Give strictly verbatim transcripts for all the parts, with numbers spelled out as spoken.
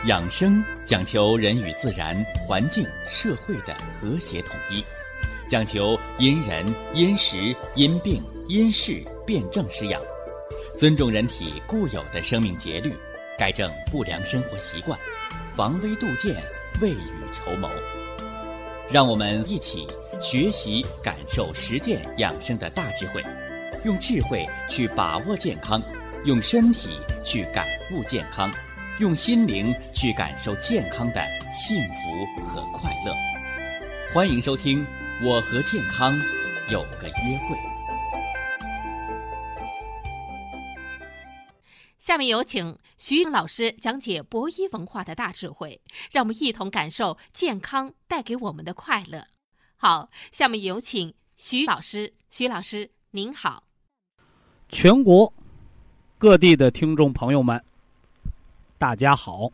养生讲求人与自然、环境、社会的和谐统一，讲求因人、因时、因病、因事辩证施养，尊重人体固有的生命节律，改正不良生活习惯，防微杜渐，未雨绸缪。让我们一起学习、感受、实践养生的大智慧，用智慧去把握健康，用身体去感悟健康，用心灵去感受健康的幸福和快乐。欢迎收听《我和健康有个约会》。 下面有请徐老师讲解博医文化的大智慧，让我们一同感受健康带给我们的快乐。好，下面有请徐老师。徐老师您好。 全国各地的听众朋友们，大家好，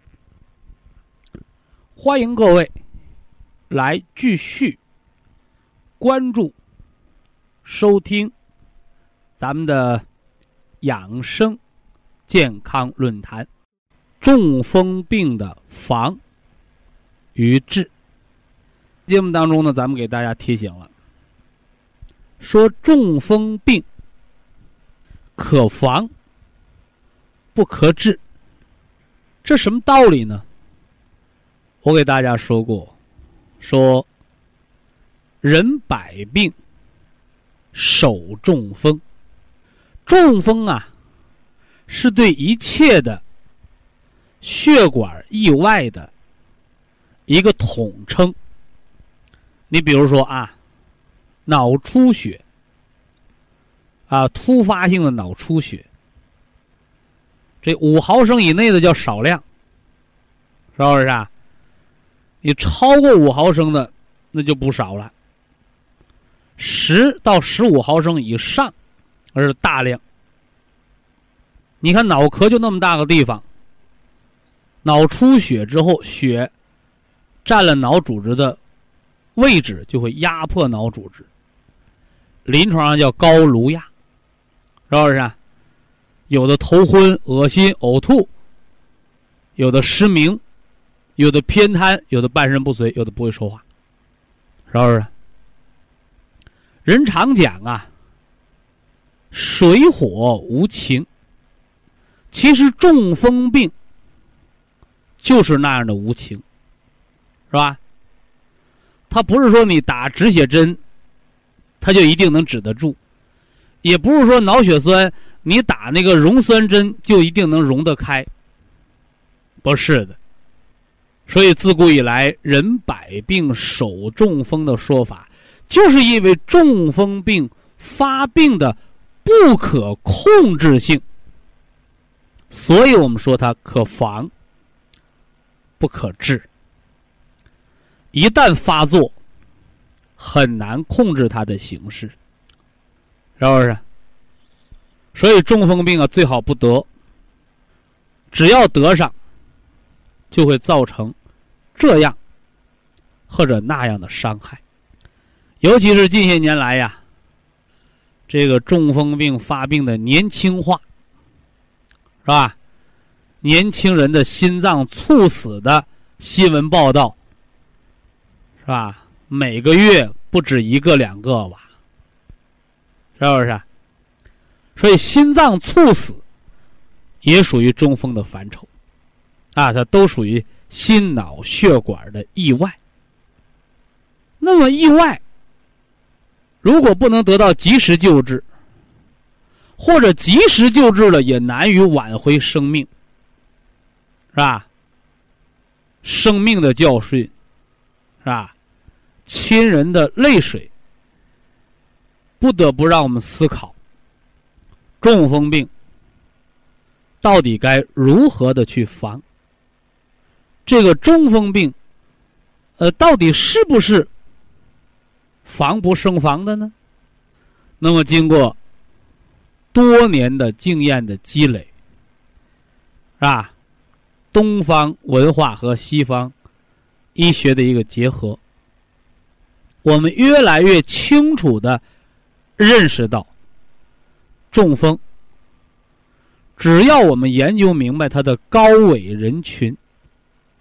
欢迎各位来继续关注收听咱们的养生健康论坛，中风病的防与治。节目当中呢，咱们给大家提醒了，说中风病可防不可治，这什么道理呢？我给大家说过，说人百病首中风，中风啊是对一切的血管意外的一个统称。你比如说啊，脑出血啊，突发性的脑出血，这五毫升以内的叫少量，是不是啊？你超过五毫升的那就不少了，十到十五毫升以上而是大量。你看脑壳就那么大个地方，脑出血之后，血占了脑组织的位置，就会压迫脑组织，临床上叫高颅压，是不是啊？有的头昏、恶心、呕吐，有的失明，有的偏瘫，有的半身不遂，有的不会说话，是不是？人常讲啊，水火无情，其实中风病就是那样的无情，是吧？它不是说你打止血针它就一定能止得住，也不是说脑血栓你打那个溶栓针就一定能溶得开，不是的。所以自古以来人百病首中风的说法，就是因为中风病发病的不可控制性，所以我们说它可防不可治。一旦发作很难控制它的形式，是不是？所以中风病啊最好不得，只要得上就会造成这样或者那样的伤害。尤其是近些年来呀，这个中风病发病的年轻化，是吧？年轻人的心脏猝死的新闻报道，是吧？每个月不止一个两个吧，是不是？所以心脏猝死也属于中风的范畴啊，它都属于心脑血管的意外。那么意外如果不能得到及时救治，或者及时救治了也难于挽回生命，是吧？生命的教训，是吧？亲人的泪水，不得不让我们思考，中风病到底该如何的去防？这个中风病，呃，到底是不是防不胜防的呢？那么经过多年的经验的积累，是吧？东方文化和西方医学的一个结合，我们越来越清楚地认识到，中风只要我们研究明白它的高危人群，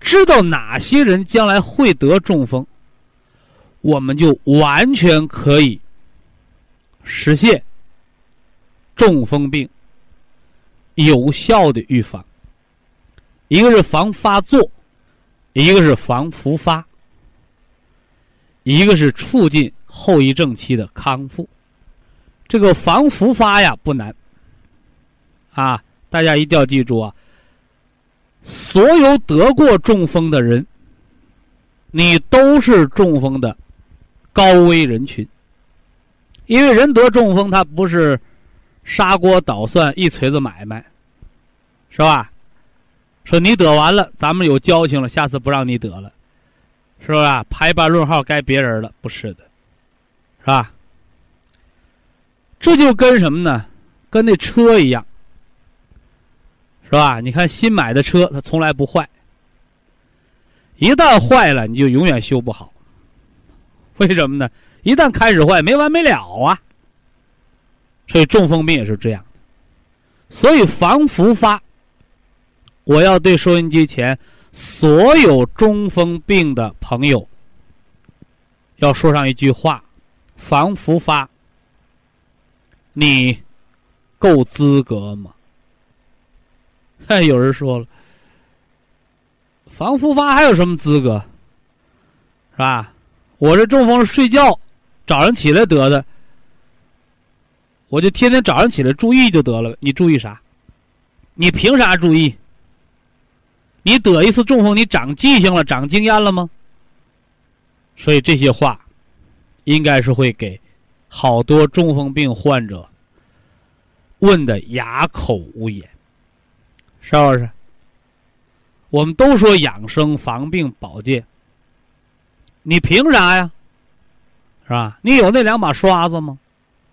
知道哪些人将来会得中风，我们就完全可以实现中风病有效的预防。一个是防发作，一个是防复发，一个是促进后遗症期的康复。这个防复发呀不难啊，大家一定要记住啊，所有得过中风的人，你都是中风的高危人群。因为人得中风他不是砂锅捣蒜一锤子买卖，是吧？说你得完了咱们有交情了，下次不让你得了，是吧？排班论号该别人了，不是的，是吧？这就跟什么呢？跟那车一样，是吧？你看新买的车它从来不坏，一旦坏了你就永远修不好。为什么呢？一旦开始坏没完没了啊。所以中风病也是这样的。所以防复发，我要对收音机前所有中风病的朋友要说上一句话：防复发，你够资格吗？哎，有人说了，防复发还有什么资格？是吧？我这中风睡觉早上起来得的，我就天天早上起来注意就得了。你注意啥？你凭啥注意？你得一次中风，你长记性了，长经验了吗？所以这些话应该是会给好多中风病患者问的哑口无言，是不是？我们都说养生防病保健，你凭啥呀？是吧？你有那两把刷子吗？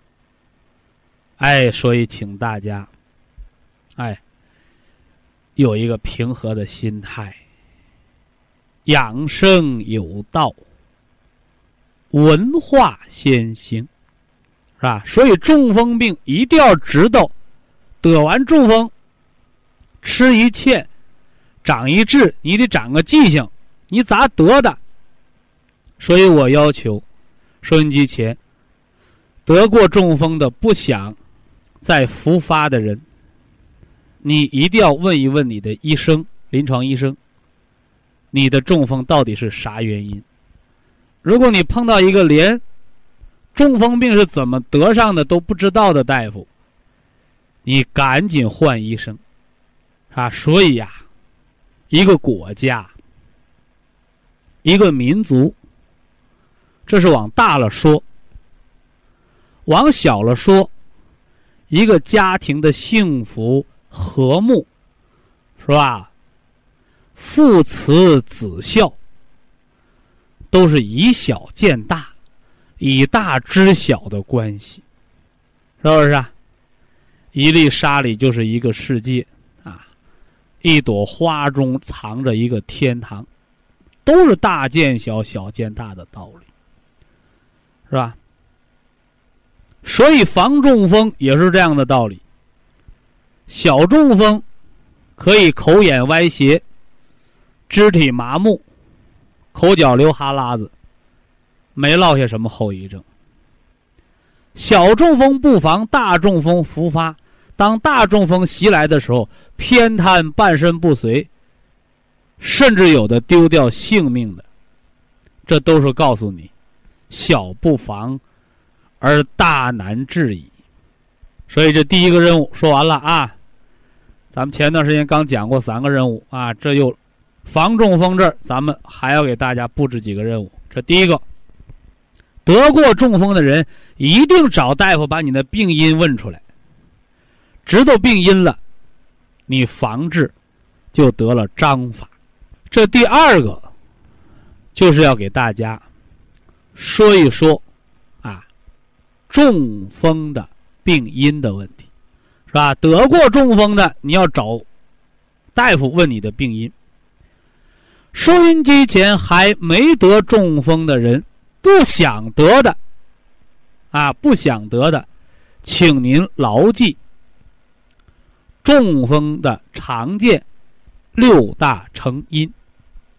哎，所以请大家哎有一个平和的心态，养生有道，文化先行，是吧？所以中风病一定要知道，得完中风吃一堑长一智，你得长个记性，你咋得的？所以我要求收音机前得过中风的不想再复发的人，你一定要问一问你的医生，临床医生，你的中风到底是啥原因？如果你碰到一个连中风病是怎么得上的都不知道的大夫，你赶紧换医生啊！所以呀、啊，一个国家，一个民族，这是往大了说，往小了说，一个家庭的幸福和睦，是吧？父慈子孝，都是以小见大，以大知小的关系，是不是啊？一粒沙里就是一个世界啊，一朵花中藏着一个天堂，都是大见小，小见大的道理，是吧？所以防中风也是这样的道理。小中风可以口眼歪斜，肢体麻木，口角流哈喇子，没落下什么后遗症。小中风不防大中风复发，当大中风袭来的时候，偏瘫半身不遂，甚至有的丢掉性命的，这都是告诉你小不防而大难治矣。所以这第一个任务说完了啊，咱们前段时间刚讲过三个任务啊，这又防中风这儿咱们还要给大家布置几个任务。这第一个，得过中风的人一定找大夫把你的病因问出来，知道病因了，你防治就得了章法。这第二个就是要给大家说一说啊中风的病因的问题，是吧？得过中风的你要找大夫问你的病因。收音机前还没得中风的人，不想得的啊不想得的请您牢记中风的常见六大成因。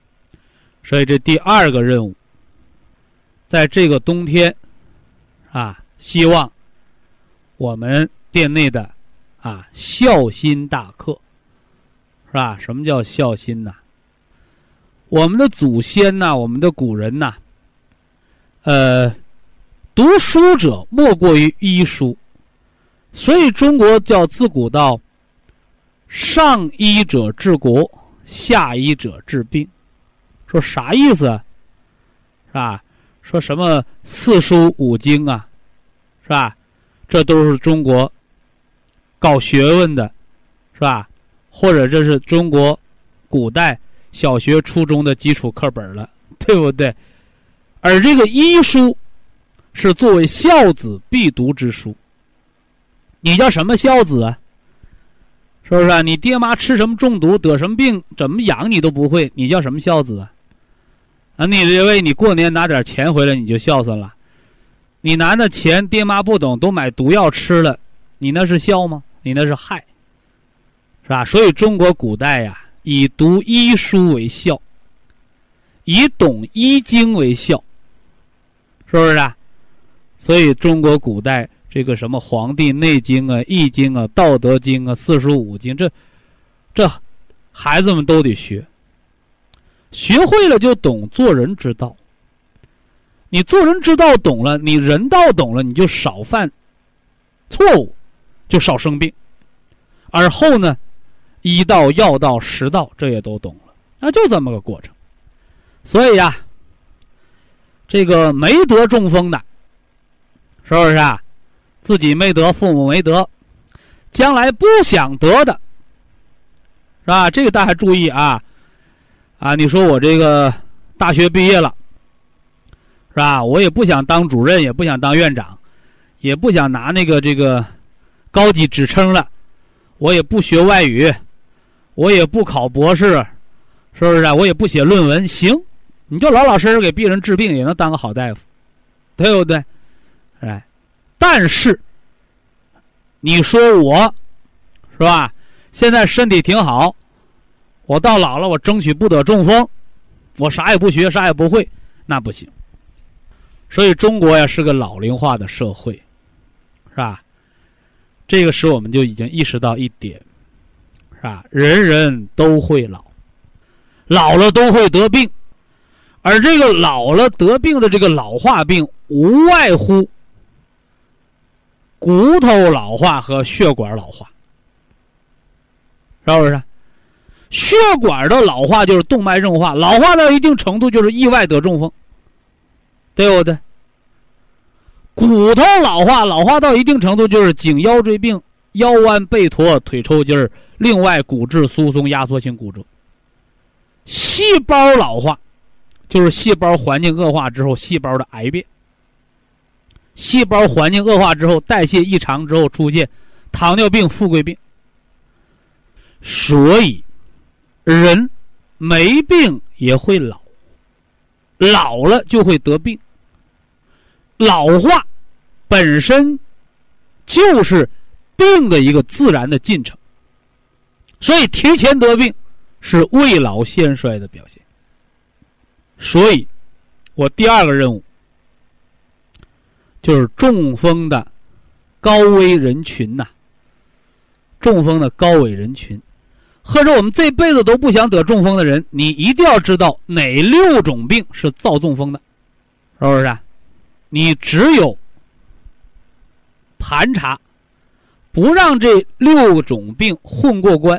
所以这第二个任务，在这个冬天啊，希望我们店内的啊孝心大客，是吧？什么叫孝心呢？我们的祖先呐，我们的古人呐，呃，读书者莫过于医书，所以中国叫自古到上医者治国，下医者治病。说啥意思啊？是吧？说什么四书五经啊，是吧？这都是中国搞学问的，是吧？或者这是中国古代小学初中的基础课本了，对不对？而这个医书是作为孝子必读之书。你叫什么孝子啊？是不是啊？你爹妈吃什么中毒得什么病怎么养你都不会，你叫什么孝子啊？啊，你以为你过年拿点钱回来你就孝顺了？你拿那钱爹妈不懂都买毒药吃了，你那是孝吗？你那是害，是吧？所以中国古代呀，以读医书为孝，以懂医经为孝，是不是啊？所以中国古代这个什么《黄帝内经》啊、《易经》啊、《道德经》啊、四书五经，这这孩子们都得学。学会了就懂做人之道。你做人之道懂了，你人道懂了，你就少犯错误，就少生病。而后呢，医道、药道、食道这也都懂了，那就这么个过程。所以呀，这个没得中风的，是不是啊？自己没得，父母没得，将来不想得的，是吧？这个大家注意啊。啊，你说我这个大学毕业了，是吧？我也不想当主任，也不想当院长，也不想拿那个这个高级职称了，我也不学外语，我也不考博士，是不是啊？我也不写论文，行，你就老老实实给病人治病，也能当个好大夫，对不对？哎，但是你说我是吧？现在身体挺好。我到老了，我争取不得中风，我啥也不学，啥也不会，那不行。所以中国呀是个老龄化的社会，是吧？这个时我们就已经意识到一点，是吧？人人都会老，老了都会得病，而这个老了得病的这个老化病，无外乎骨头老化和血管老化，是不是？血管的老化就是动脉硬化，老化到一定程度就是意外得中风，对不对？骨头老化，老化到一定程度就是颈腰椎病、腰弯背驼、腿抽筋儿，另外骨质疏松、压缩性骨折。细胞老化就是细胞环境恶化之后细胞的癌变，细胞环境恶化之后代谢异常之后出现糖尿病、富贵病。所以人没病也会老，老了就会得病。老化本身就是病的一个自然的进程，所以提前得病是未老先衰的表现。所以我第二个任务就是中风的高危人群呐、啊，中风的高危人群，或者我们这辈子都不想得中风的人，你一定要知道哪六种病是造中风的，是不是啊？你只有盘查，不让这六种病混过关，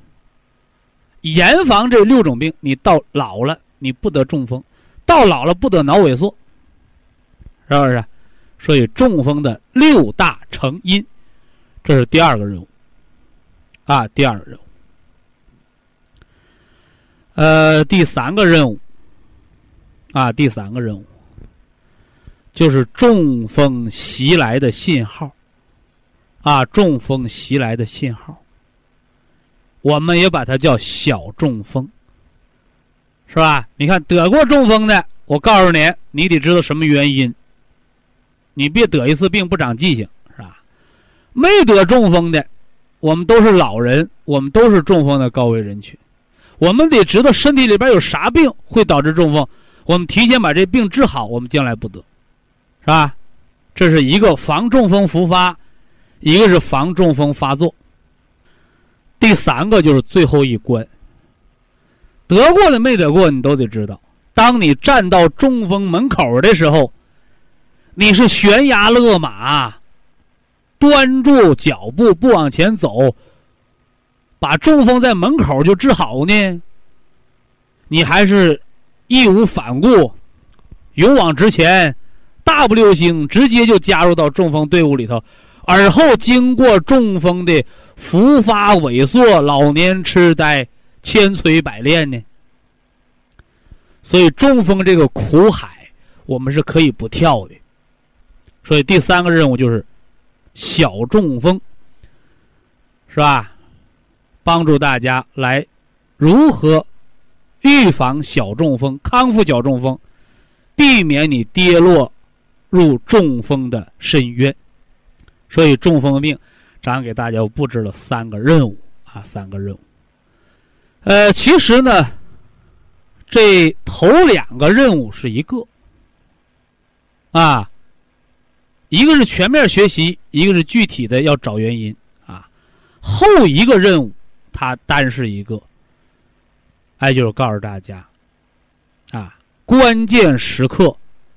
严防这六种病，你到老了你不得中风，到老了不得脑萎缩，是不是？所以中风的六大成因，这是第二个任务啊，第二个任务。呃，第三个任务啊，第三个任务就是中风袭来的信号啊，中风袭来的信号，我们也把它叫小中风，是吧？你看得过中风的，我告诉你，你得知道什么原因，你别得一次病不长记性，是吧？没得中风的，我们都是老人，我们都是中风的高危人群。 我们得知道身体里边有啥病会导致中风，我们提前把这病治好，我们将来不得，是吧？这是一个防中风复发，一个是防中风发作。第三个就是最后一关，得过的没得过你都得知道，当你站到中风门口的时候，你是悬崖勒马，端住脚步不往前走，把中风在门口就治好呢，你还是义无反顾勇往直前，大步流星直接就加入到中风队伍里头，而后经过中风的复发萎缩、老年痴呆、千锤百炼呢？所以中风这个苦海我们是可以不跳的。所以第三个任务就是小中风，是吧？帮助大家来如何预防小中风、康复小中风，避免你跌落入中风的深渊。所以中风病咱给大家布置了三个任务啊，三个任务。呃，其实呢，这头两个任务是一个啊，一个是全面学习，一个是具体的要找原因啊。后一个任务它单是一个，哎，就是告诉大家啊，关键时刻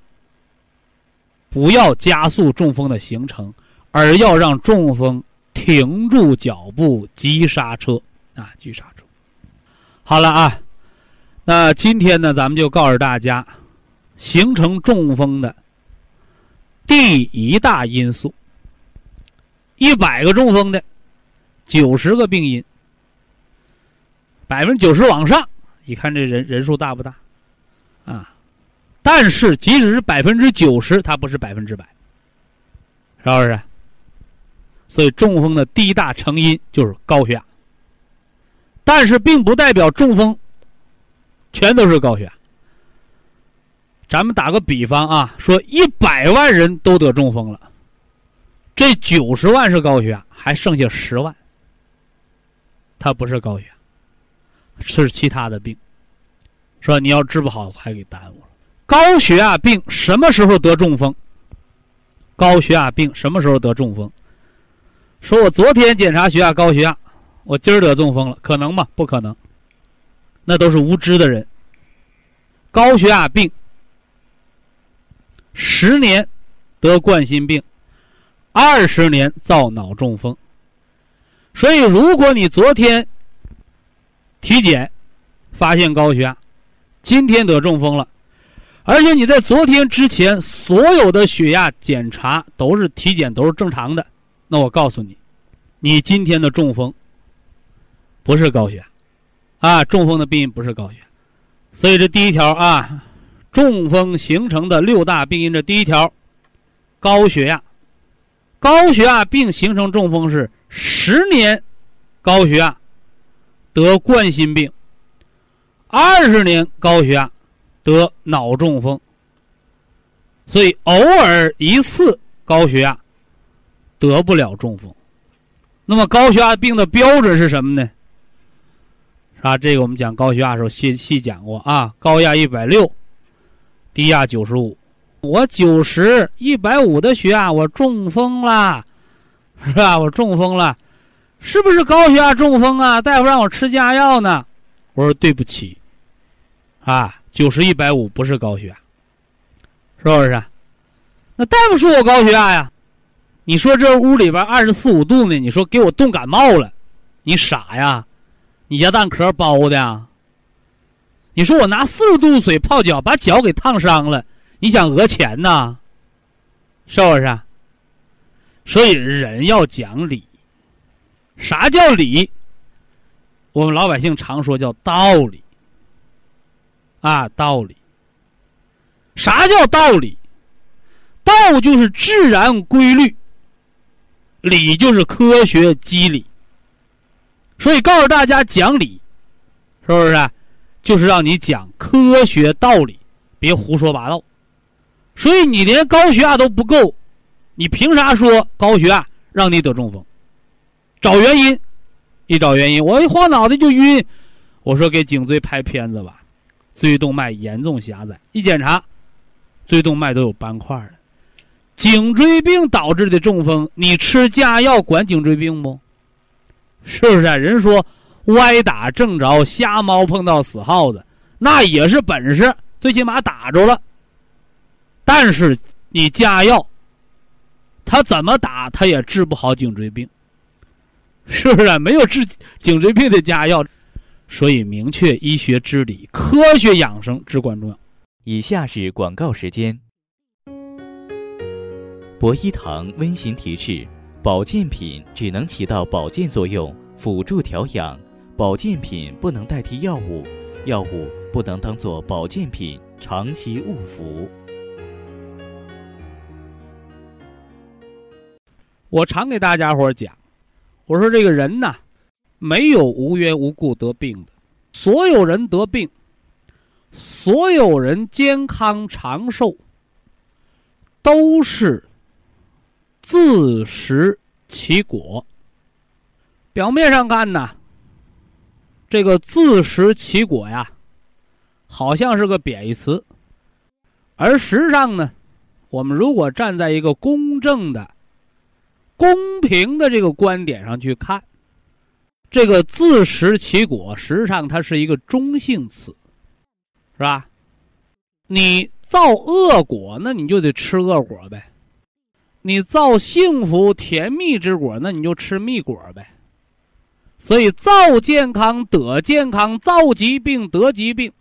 不要加速中风的形成，而要让中风停住脚步，急刹车啊，急刹车。好了啊，那今天呢，咱们就告诉大家形成中风的第一大因素。一百个中风的，九十个病因，百分之九十往上，你看这人人数大不大啊？但是即使是百分之九十，它不是百分之百，是不是？所以中风的第一大成因就是高血压，但是并不代表中风全都是高血压。咱们打个比方啊，说一百万人都得中风了，这九十万是高血压，还剩下十万，它不是高血压，是其他的病，是吧？你要治不好还给耽误了。高血压病什么时候得中风？高血压病什么时候得中风？说我昨天检查血压高血压，我今儿得中风了，可能吗？不可能，那都是无知的人。高血压病十年得冠心病，二十年造脑中风。所以如果你昨天体检发现高血压，今天得中风了，而且你在昨天之前所有的血压检查都是体检都是正常的，那我告诉你，你今天的中风不是高血压啊，中风的病因不是高血压。所以这第一条啊，中风形成的六大病因，这第一条高血压。高血压病形成中风是十年高血压得冠心病，二十年高血压得脑中风。所以偶尔一次高血压得不了中风。那么高血压病的标准是什么呢？啊，这个我们讲高血压的时候细细讲过啊，高压一百六，低压九十五。我九十、一百五的血压，我中风了，是吧？我中风了，是不是高血压中风啊？大夫让我吃降压药呢。我说对不起，啊，九十、一百五不是高血压，是不是？那大夫说我高血压呀，你说这屋里边二十四五度呢，你说给我冻感冒了，你傻呀？你鸭蛋壳包的呀？你说我拿四十度水泡脚，把脚给烫伤了，你想讹钱呐？是不是？所以人要讲理。啥叫理？我们老百姓常说叫道理啊，道理。啥叫道理？道就是自然规律，理就是科学机理。所以告诉大家讲理，是不是？就是让你讲科学道理，别胡说八道。所以你连高血压都不够，你凭啥说高血压让你得中风？找原因，一找原因，我一晃脑袋就晕， 我说给颈椎拍片子吧，椎动脉严重狭窄，一检查，椎动脉都有斑块了。颈椎病导致的中风，你吃加药管颈椎病不？是不是啊？人说歪打正着，瞎猫碰到死耗子，那也是本事，最起码打着了。但是你加药，他怎么打他也治不好颈椎病，是不是啊？没有治颈椎病的加药。所以明确医学知理，科学养生至关重要。 以下是广告时间。博一堂温馨提示：保健品只能起到保健作用，辅助调养，保健品不能代替药物，药物不能当作保健品长期误服。 我常给大家伙讲，我说这个人呐，没有无缘无故得病的，所有人得病，所有人健康长寿，都是自食其果。表面上看呢，这个自食其果呀，好像是个贬义词，而实际上呢，我们如果站在一个公正的、公平的这个观点上去看，这个自食其果实际上它是一个中性词，是吧？你造恶果，那你就得吃恶果呗；你造幸福甜蜜之果，那你就吃蜜果呗。所以造健康得健康，造疾病得疾病。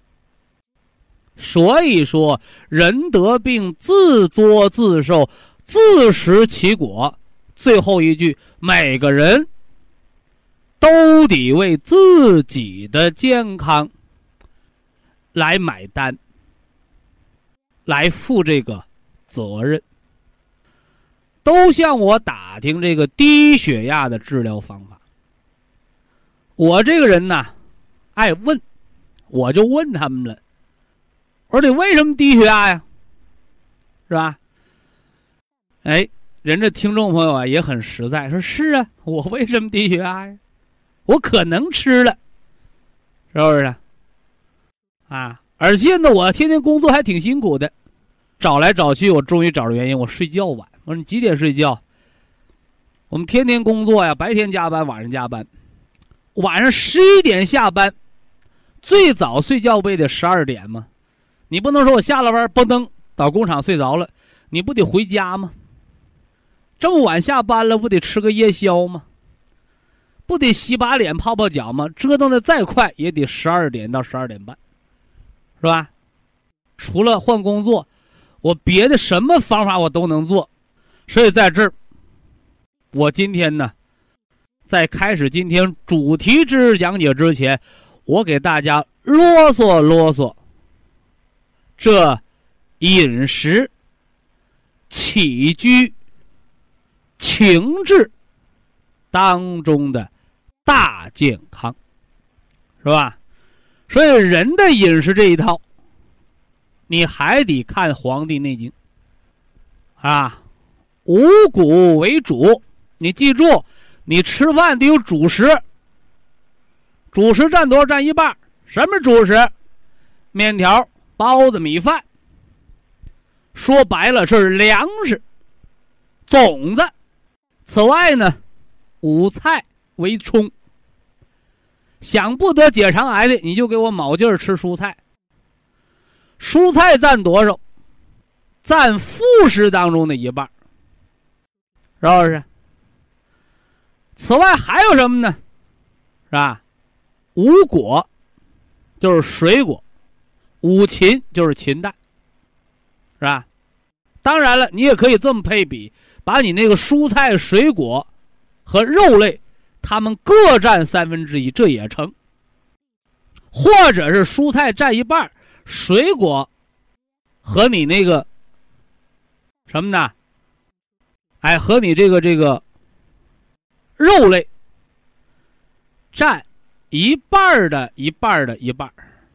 所以说人得病自作自受，自食其果。最后一句，每个人都得为自己的健康来买单，来负这个责任。都向我打听这个低血压的治疗方法。我这个人呢，爱问，我就问他们了。我说你为什么低血压呀？是吧？哎，人家听众朋友啊也很实在，说是啊，我为什么低血压呀？我可能吃了，是不是？啊，而且呢，我天天工作还挺辛苦的，找来找去，我终于找着原因，我睡觉晚。我说你几点睡觉？我们天天工作呀，白天加班，晚上加班，晚上十一点下班，最早睡觉不也得十二点吗？你不能说我下了班嘣噔到工厂睡着了，你不得回家吗？这么晚下班了，不得吃个夜宵吗？不得洗把脸泡泡脚吗？折腾的再快也得十二点到十二点半，是吧？除了换工作，我别的什么方法我都能做。所以在这儿，我今天呢，在开始今天主题知识讲解之前，我给大家啰嗦啰嗦这饮食、起居、情志当中的大健康，是吧？所以人的饮食这一套，你还得看《黄帝内经》啊，五谷为主。你记住，你吃饭得有主食，主食占多少？占一半。什么主食？面条、包子、米饭。说白了是粮食、种子。此外呢，五菜为充。想不得结肠癌的，你就给我卯劲儿吃蔬菜。蔬菜占多少？占副食当中的一半，是不是？此外还有什么呢？是吧？五果就是水果，五禽就是禽蛋，是吧？当然了，你也可以这么配比，把你那个蔬菜、水果和肉类，它们各占三分之一，这也成。或者是蔬菜占一半，水果和你那个什么呢？哎，和你这个这个肉类占一半的一半的一半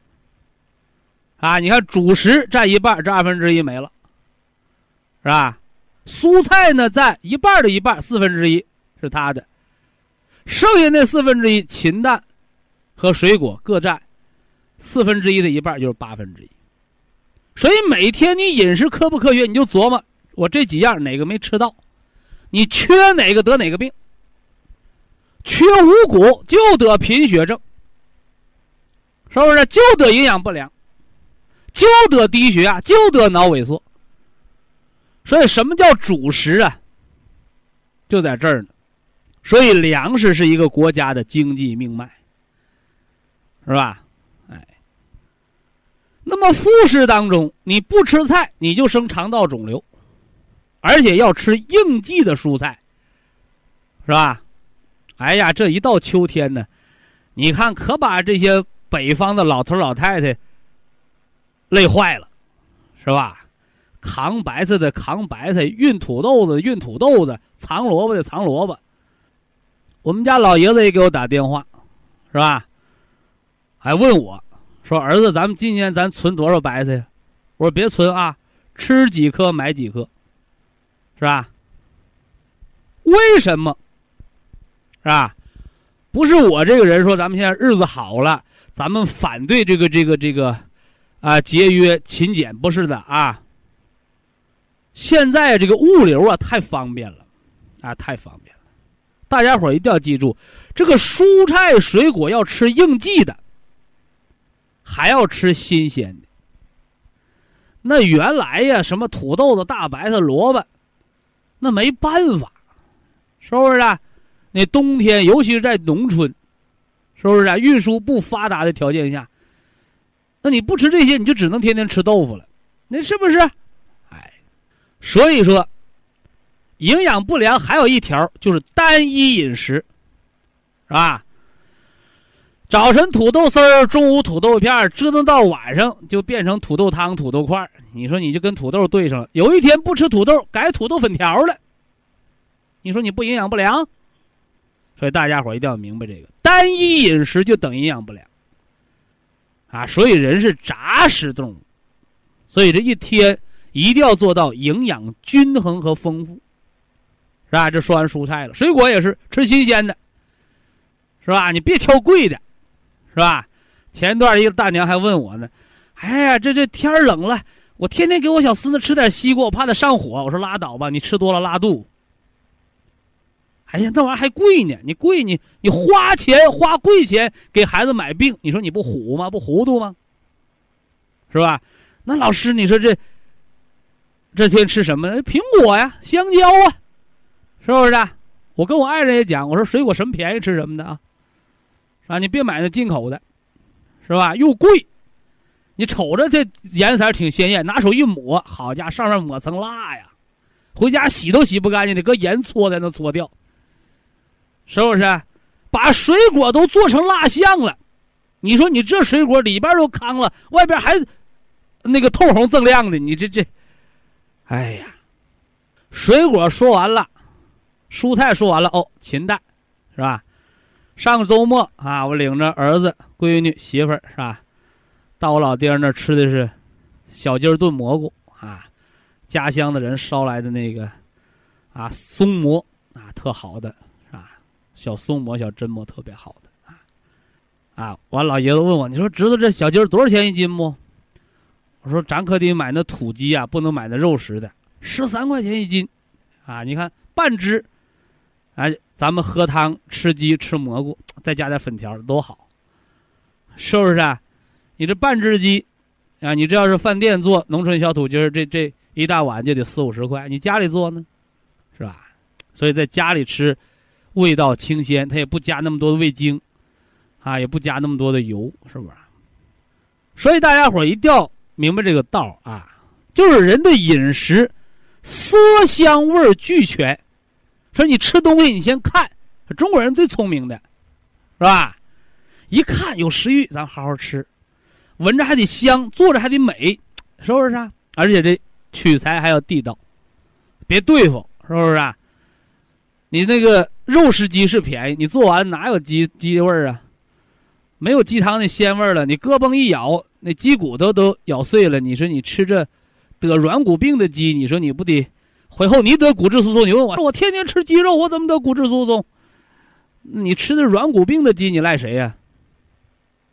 啊！你看主食占一半，这二分之一没了，是吧？蔬菜呢占一半的一半，四分之一是它的，剩下那四分之一禽蛋和水果各占四分之一的一半，就是八分之一。所以每天你饮食科不科学，你就琢磨我这几样哪个没吃到，你缺哪个得哪个病。缺五谷就得贫血症，是不是？就得营养不良，就得低血压，就得脑萎缩。所以什么叫主食啊？就在这儿呢。所以粮食是一个国家的经济命脉，是吧？哎，那么副食当中，你不吃菜，你就生肠道肿瘤，而且要吃应季的蔬菜，是吧？哎呀，这一到秋天呢，你看可把这些北方的老头老太太累坏了，是吧？扛白菜的扛白菜，运土豆子运土豆子，藏萝卜的藏萝卜。我们家老爷子也给我打电话，是吧？还问我说：“儿子，咱们今年咱存多少白菜呀？”我说：“别存啊，吃几颗买几颗，是吧？”为什么？是吧？不是我这个人说咱们现在日子好了，咱们反对这个这个这个啊节约勤俭，不是的啊。现在这个物流啊太方便了，啊太方便了，大家伙一定要记住，这个蔬菜水果要吃应季的，还要吃新鲜的。那原来呀，什么土豆子、大白菜、萝卜，那没办法，是不是啊？那冬天，尤其是在农村，是不是啊？运输不发达的条件下，那你不吃这些，你就只能天天吃豆腐了，那是不是？哎，所以说，营养不良还有一条就是单一饮食，是吧？早晨土豆丝儿，中午土豆片，折腾到晚上就变成土豆汤、土豆块。你说你就跟土豆对上了。有一天不吃土豆，改土豆粉条了，你说你不营养不良？所以大家伙一定要明白这个，单一饮食就等于营养不良啊！所以人是杂食动物，所以这一天一定要做到营养均衡和丰富，是吧？这说完蔬菜了，水果也是吃新鲜的，是吧？你别挑贵的，是吧？前段一个大娘还问我呢，哎呀，这这天冷了，我天天给我小孙子吃点西瓜，我怕他上火。我说拉倒吧，你吃多了拉肚。哎呀，那玩意儿还贵呢！你贵你你花钱花贵钱给孩子买病，你说你不虎吗？不糊涂吗？是吧？那老师，你说这这天吃什么？苹果呀，香蕉啊，是不是啊？我跟我爱人也讲，我说水果什么便宜吃什么的啊，是吧？你别买那进口的，是吧？又贵，你瞅着这颜色挺鲜艳，拿手一抹，好家伙，上面抹层蜡呀，回家洗都洗不干净，得搁盐搓才能搓掉。是不是？把水果都做成蜡像了，你说你这水果里边都糠了，外边还那个透红锃亮的，你这这，哎呀！水果说完了，蔬菜说完了，哦，禽蛋，是吧？上个周末啊，我领着儿子、闺女、媳妇儿，是吧？到我老爹那儿吃的是小鸡儿炖蘑菇啊，家乡的人烧来的那个啊松蘑啊，特好的。小松蘑、小榛蘑特别好的啊啊！完，老爷子问我，你说知道这小鸡多少钱一斤不？我说咱可得买那土鸡啊，不能买那肉食的，十三块钱一斤啊！你看半只，哎，咱们喝汤吃鸡吃蘑菇，再加点粉条多好，是不是啊？你这半只鸡啊，你这要是饭店做农村小土鸡，这这一大碗就得四五十块，你家里做呢，是吧？所以在家里吃。味道清鲜，它也不加那么多的味精，啊，也不加那么多的油，是不是？所以大家伙一定要明白这个道啊，就是人的饮食色香味俱全。说你吃东西，你先看，中国人最聪明的，是吧？一看有食欲，咱好好吃，闻着还得香，坐着还得美，是不是啊？而且这取材还要地道，别对付，是不是啊？你那个肉食鸡是便宜，你做完哪有鸡鸡味儿啊？没有鸡汤那鲜味儿了。你胳膊一咬，那鸡骨头都咬碎了。你说你吃这得软骨病的鸡，你说你不得回后你得骨质疏松？你问我，我天天吃鸡肉，我怎么得骨质疏松？你吃的软骨病的鸡，你赖谁呀、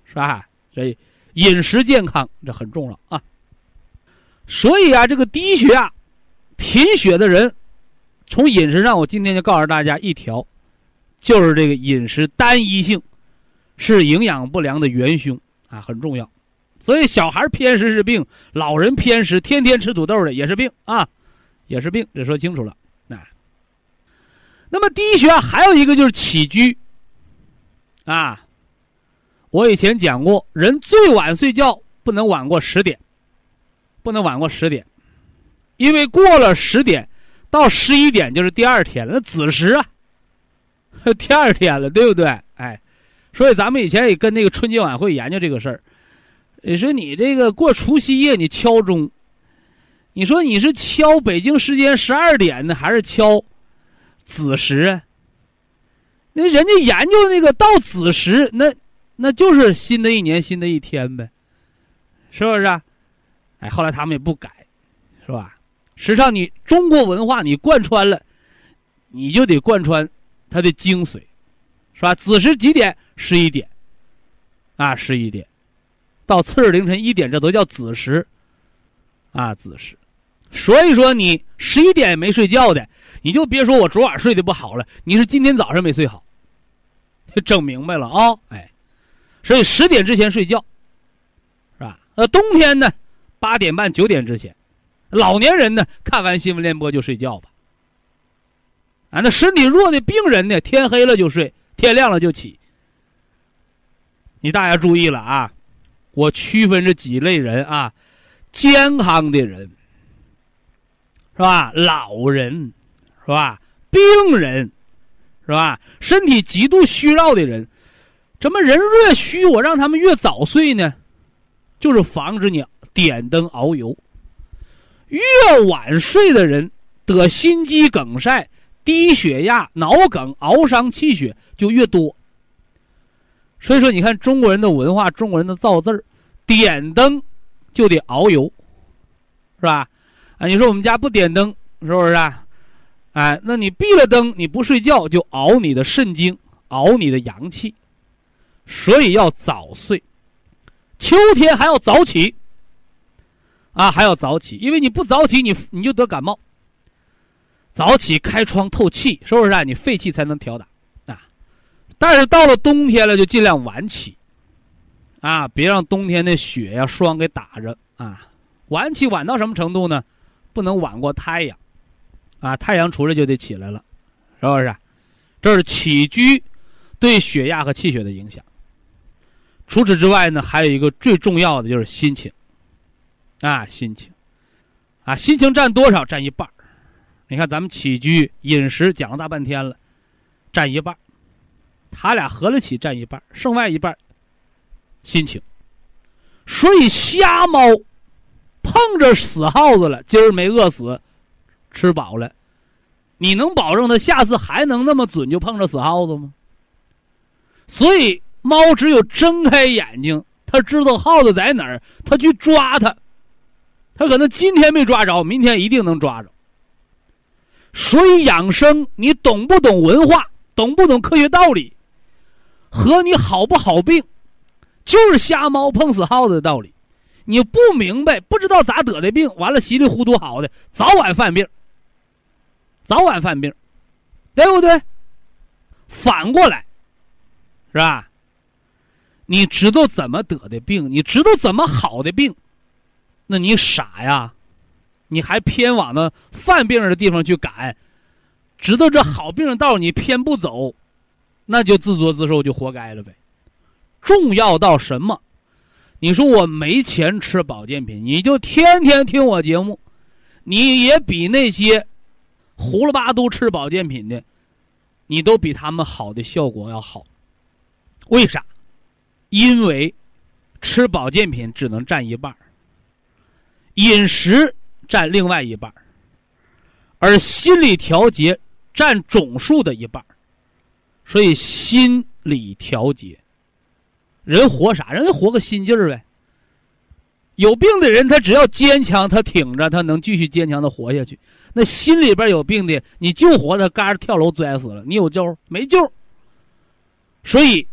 是吧？这饮食健康这很重要啊。所以啊，这个低血压、贫血的人，从饮食上，我今天就告诉大家一条，就是这个饮食单一性是营养不良的元凶啊，很重要。所以小孩偏食是病，老人偏食天天吃土豆的也是病啊，也是病，这说清楚了。哎，那么低血压还有一个就是起居啊。我以前讲过，人最晚睡觉不能晚过十点，不能晚过十点，因为过了十点到十一点就是第二天了，那子时啊，第二天了，对不对？哎，所以咱们以前也跟那个春节晚会研究这个事儿。你说你这个过除夕夜你敲钟，你说你是敲北京时间十二点呢，还是敲子时啊？那人家研究那个到子时，那那就是新的一年新的一天呗，是不是啊？哎，后来他们也不改，是吧？实际上你中国文化你贯穿了，你就得贯穿它的精髓，是吧？子时几点？十一点啊，十一点到次日凌晨一点，这都叫子时啊，子时。所以说你十一点没睡觉的，你就别说我昨晚睡得不好了，你是今天早上没睡好，整明白了啊、哦！哎，所以十点之前睡觉，是吧？那冬天呢，八点半九点之前；老年人呢，看完新闻联播就睡觉吧。啊，那身体弱的病人呢，天黑了就睡，天亮了就起。你大家注意了啊！我区分这几类人啊，健康的人，是吧？老人，是吧？病人，是吧？身体极度虚弱的人，怎么人越虚，我让他们越早睡呢？就是防止你点灯熬油。越晚睡的人得心肌梗塞、低血压、脑梗、熬伤气血就越多。所以说你看中国人的文化，中国人的造字儿，点灯就得熬油，是吧？啊，你说我们家不点灯，是不是啊？哎，那你闭了灯，你不睡觉就熬你的肾精，熬你的阳气，所以要早睡。秋天还要早起，啊，还要早起，因为你不早起，你你就得感冒。早起开窗透气，是不是啊？你肺气才能调打啊。但是到了冬天了，就尽量晚起，啊，别让冬天的雪呀、霜给打着啊。晚起晚到什么程度呢？不能晚过太阳，啊，太阳出来就得起来了，是不是？这是起居对血压和气血的影响。除此之外呢，还有一个最重要的就是心情，啊，心情，啊，心情占多少？占一半。你看咱们起居饮食讲了大半天了，占一半。他俩合了起占一半，剩外一半心情。所以瞎猫碰着死耗子了，今儿没饿死，吃饱了，你能保证他下次还能那么准就碰着死耗子吗？所以猫只有睁开眼睛，它知道耗子在哪儿，它去抓它，它可能今天没抓着，明天一定能抓着。所以养生，你懂不懂文化，懂不懂科学道理，和你好不好病，就是瞎猫碰死耗子的道理。你不明白，不知道咋得的病，完了稀里糊涂好的，早晚犯病，早晚犯病，对不对？反过来，是吧？你知道怎么得的病，你知道怎么好的病，那你傻呀？你还偏往那犯病的地方去赶，知道这好病的道你偏不走，那就自作自受，就活该了呗。重要到什么？你说我没钱吃保健品，你就天天听我节目，你也比那些胡了八都吃保健品的，你都比他们好的效果要好。为啥？因为吃保健品只能占一半，饮食占另外一半，而心理调节占总数的一半。所以心理调节，人活啥？人家活个心劲儿呗。有病的人，他只要坚强，他挺着，他能继续坚强的活下去。那心里边有病的，你救活他，嘎跳楼摔死了，你有救没救？所以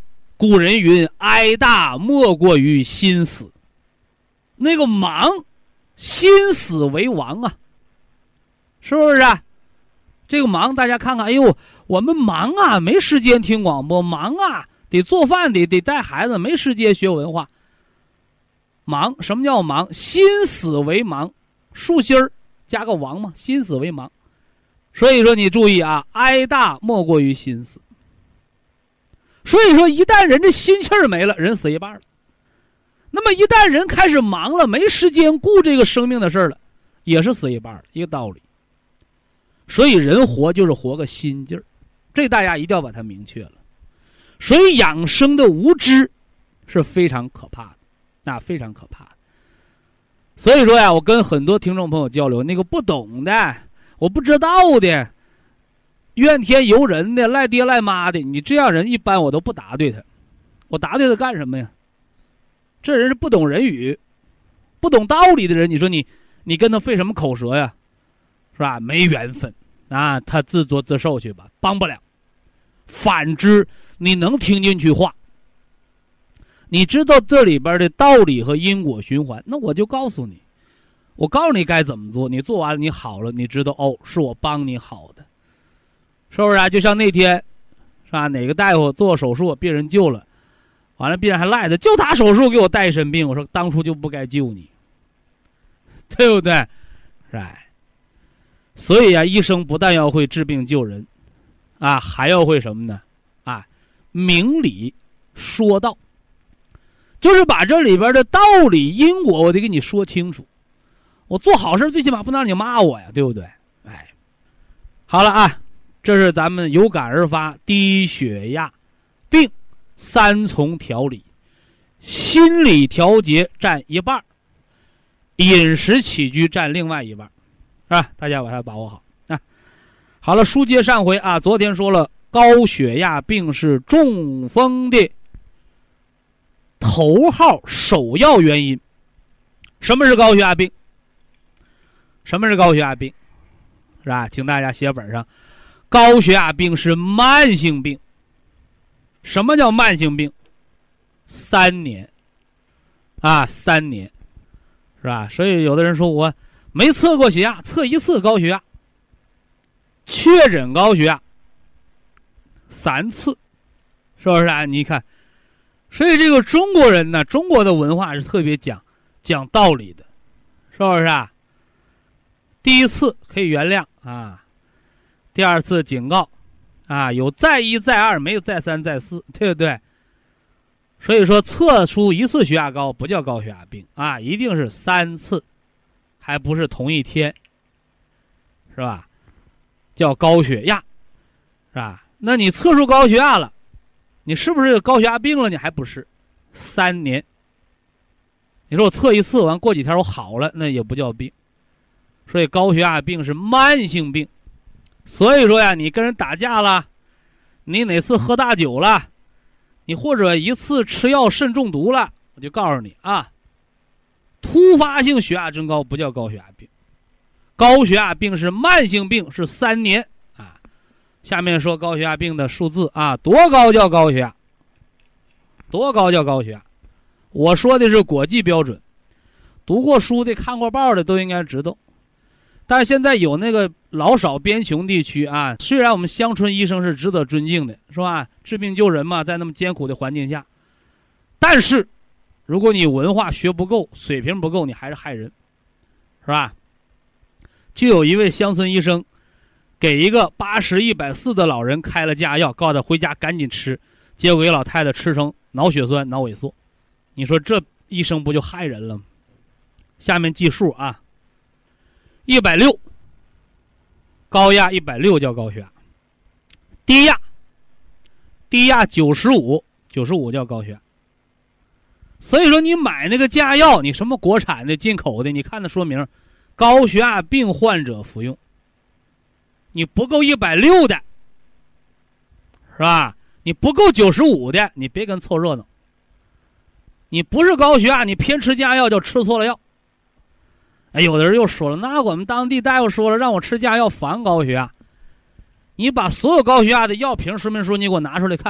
古人云：“哀大莫过于心死。”那个忙，心死为亡啊，是不是啊？这个忙，大家看看，哎呦，我们忙啊，没时间听广播，忙啊，得做饭，得得带孩子，没时间学文化。忙，什么叫忙？心死为忙，竖心儿加个亡嘛，心死为忙。所以说你注意啊，哀大莫过于心死。所以说，一旦人这心气儿没了，人死一半了。那么一旦人开始忙了，没时间顾这个生命的事儿了，也是死一半了，一个道理。所以人活就是活个心劲儿，这大家一定要把它明确了。所以养生的无知是非常可怕的，啊，非常可怕的。所以说呀，我跟很多听众朋友交流，那个不懂的，我不知道的，怨天尤人的，赖爹赖妈的，你这样人一般我都不答对他。我答对他干什么呀？这人是不懂人语，不懂道理的人，你说你你跟他费什么口舌呀？是吧？没缘分啊，他自作自受去吧，帮不了。反之，你能听进去话，你知道这里边的道理和因果循环，那我就告诉你，我告诉你该怎么做，你做完了你好了，你知道哦，是我帮你好的，是不是啊？就像那天，是吧？哪个大夫做手术，病人救了，完了病人还赖着，就打手术给我带一身病，我说当初就不该救你，对不对？是吧？所以啊，医生不但要会治病救人，啊，还要会什么呢？啊，明理说道，就是把这里边的道理因果我得给你说清楚。我做好事最起码不能让你骂我呀，对不对？哎，好了啊，这是咱们有感而发低血压病三重调理，心理调节占一半，饮食起居占另外一半。啊，大家把它把握好啊！好了，书接上回啊，昨天说了，高血压病是中风的头号首要原因。什么是高血压病？什么是高血压病？是吧？请大家写本上，高血压病是慢性病。什么叫慢性病？三年啊，三年，是吧？所以有的人说我没测过血压，测一次高血压，确诊高血压三次，是不是啊？你看，所以这个中国人呢，中国的文化是特别讲讲道理的，是不是啊？第一次可以原谅啊，第二次警告啊，有再一再二，没有再三再四，对不对？所以说测出一次血压高不叫高血压病啊，一定是三次。还不是同一天，是吧？叫高血压，是吧？那你测出高血压了，你是不是有高血压病了？你还不是，三年。你说我测一次完，过几天我好了，那也不叫病。所以高血压病是慢性病。所以说呀，你跟人打架了，你哪次喝大酒了，你或者一次吃药肾中毒了，我就告诉你啊。突发性血压增高不叫高血压病，高血压病是慢性病，是三年啊。下面说高血压病的数字啊，多高叫高血压？多高叫高血压？我说的是国际标准，读过书的、看过报的都应该知道。但是现在有那个老少边穷地区啊，虽然我们乡村医生是值得尊敬的，是吧？治病救人嘛，在那么艰苦的环境下，但是如果你文化学不够，水平不够，你还是害人，是吧？就有一位乡村医生给一个八十、一百四的老人开了假药，告诉他回家赶紧吃，结果给老太太吃成脑血栓、脑萎缩。你说这医生不就害人了吗？下面计数啊，一百六，高压一百六叫高血压，低压低压九十五，九十五叫高血压。所以说你买那个假药，你什么国产的进口的，你看它说明高血压病患者服用，你不够一百六的，是吧？你不够九十五的，你别跟凑热闹。你不是高血压，你偏吃假药叫吃错了药。哎，有的人又说了，那我们当地大夫说了，让我吃假药防高血压。你把所有高血压的药瓶说明书你给我拿出来看，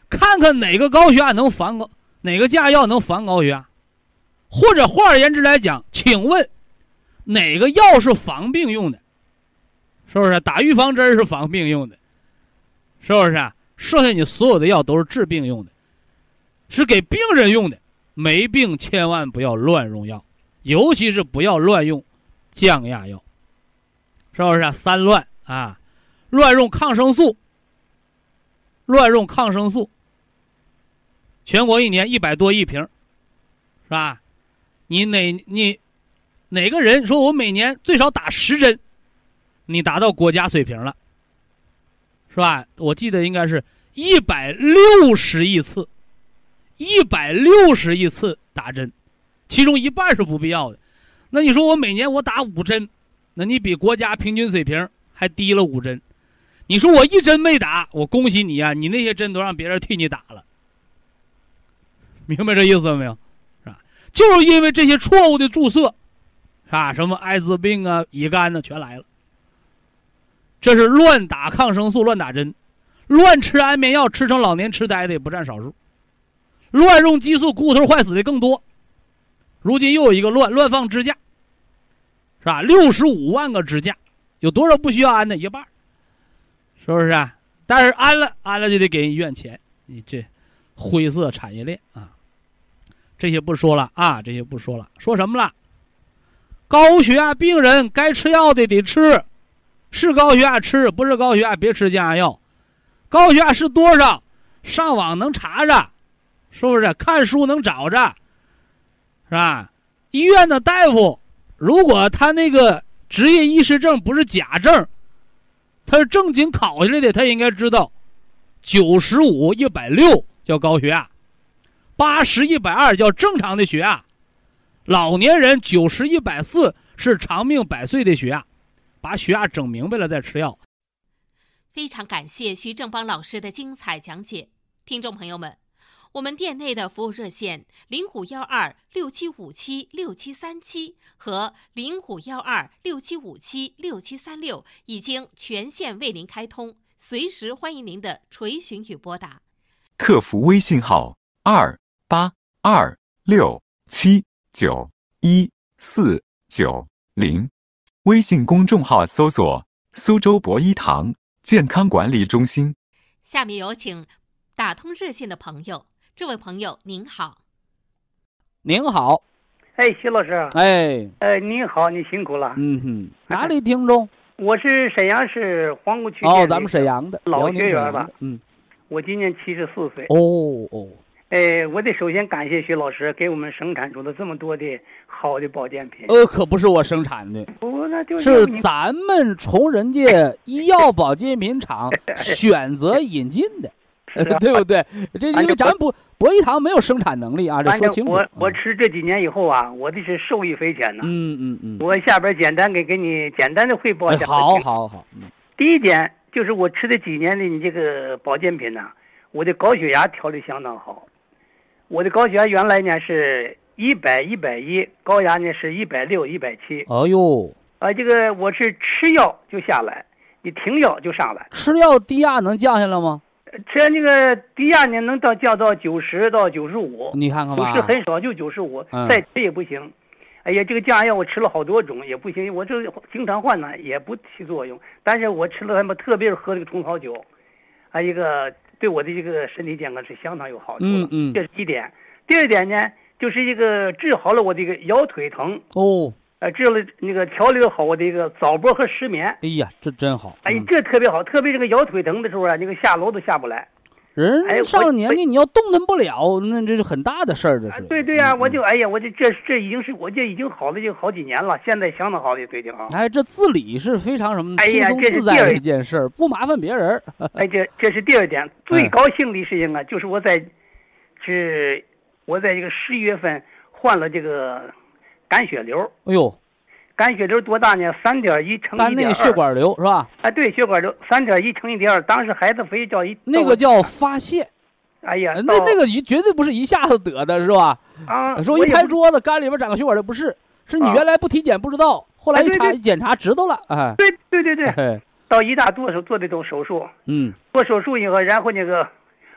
看看哪个高血压能防高，哪个降压药能防高血压，或者换而言之来讲，请问哪个药是防病用的？是不是？打预防针是防病用的，是不是啊？剩下你所有的药都是治病用的，是给病人用的。没病千万不要乱用药，尤其是不要乱用降压药，是不是啊？三乱啊，乱用抗生素，乱用抗生素。全国一年一百多亿瓶，是吧？你哪你哪个人说我每年最少打十针，你达到国家水平了，是吧？我记得应该是一百六十亿次。一百六十亿次打针，其中一半是不必要的。那你说我每年我打五针，那你比国家平均水平还低了五针。你说我一针没打，我恭喜你啊，你那些针都让别人替你打了。明白这意思没有？是吧？就是因为这些错误的注射，是吧？什么艾滋病啊、乙肝呢、啊，全来了。这是乱打抗生素、乱打针，乱吃安眠药，吃成老年痴呆的也不占少数。乱用激素，骨头坏死的更多。如今又有一个乱乱放支架，是吧？六十五万个支架，有多少不需要安的？一半，是不是啊？但是安了，安了就得给医院钱，你这灰色产业链啊！这些不说了啊，这些不说了，说什么了？高血压病人该吃药的得吃，是高血压吃，不是高血压别吃降压药。高血压是多少？上网能查着。是不是看书能找着，是吧？医院的大夫，如果他那个执业医师证不是假证，他是正经考下来的，他应该知道，九十五、一百六叫高血压，八十、一百二叫正常的血压，老年人九十、一百四是长命百岁的血压，把血压整明白了再吃药。 非常感谢徐正邦老师的精彩讲解，听众朋友们。我们店内的服务热线零五幺二六七五七六七三七和零五幺二六七五七六七三六已经全线为您开通，随时欢迎您的垂询与拨打。 客服微信号二八二六七九一四九零，微信公众号搜索苏州博医堂健康管理中心。 下面有请打通热线的朋友。这位朋友您好。 您好。 哎，徐老师。 哎。 呃，您好，你辛苦了。 嗯哼。哪里听众？ 我是沈阳市皇姑区。 哦，咱们沈阳的老学员吧。 嗯。 我今年七十四岁。 哦哦。 哎，我得首先感谢徐老师给我们生产出了这么多的好的保健品。 呃，可不是我生产的， 不，那就是是咱们从人家医药保健品厂选择引进的。对不对？这因为咱们博博医堂没有生产能力啊，这说清楚。 我我吃这几年以后啊，我这是受益匪浅呐。 嗯嗯嗯。 我下边简单给给你简单的汇报一下。 好好好。 嗯。第一点就是我吃的几年的你这个保健品呢，我的高血压调理相当好。我的高血压原来呢是一百一百一，高压呢是一百六一百七。 哎呦。 啊，这个我是吃药就下来，你停药就上来。 吃药低压能降下来吗？ 吃那个低压呢，能到降到九十到九十五， 你看看吧， 九十很少，就九十五，再吃也不行。哎呀，这个降压药我吃了好多种，也不行，我这经常换呢，也不起作用。但是我吃了他们，特别是喝这个虫草酒，啊，一个对我的这个身体健康是相当有好处的。 嗯嗯， 这是一点。第二点呢，就是一个治好了我这个腰腿疼。 哦。 呃，治了那个调理好我的一个早搏和失眠。 哎呀，这真好！ 哎，这特别好，特别这个腰腿疼的时候啊，这个下楼都下不来。 人上了年纪，你要动弹不了，那这是很大的事儿，这是。 对对呀，我就哎呀，我这这这已经是我这已经好了就好几年了，现在相当好的腿挺好。 哎，这自理是非常什么轻松自在的一件事，不麻烦别人。 哎，这这是第二点，最高兴的事情啊，就是我在是我在这个十一月份患了这个肝血瘤。 哎呦。 肝血瘤多大呢？三点一乘一点二。肝内血管瘤是吧？ 啊，对，血管瘤三点一乘一点二。当时孩子肥叫一那个叫发现。 哎呀， 那那个绝对不是一下子得的，是吧？ 啊， 说一拍桌子，肝里边长个血管瘤，不是，是你原来不体检不知道，啊、后来一查一检查知道了，哎。 对对对对。哎、到医大做手做这种手术。 嗯。 做手术以后，然后那个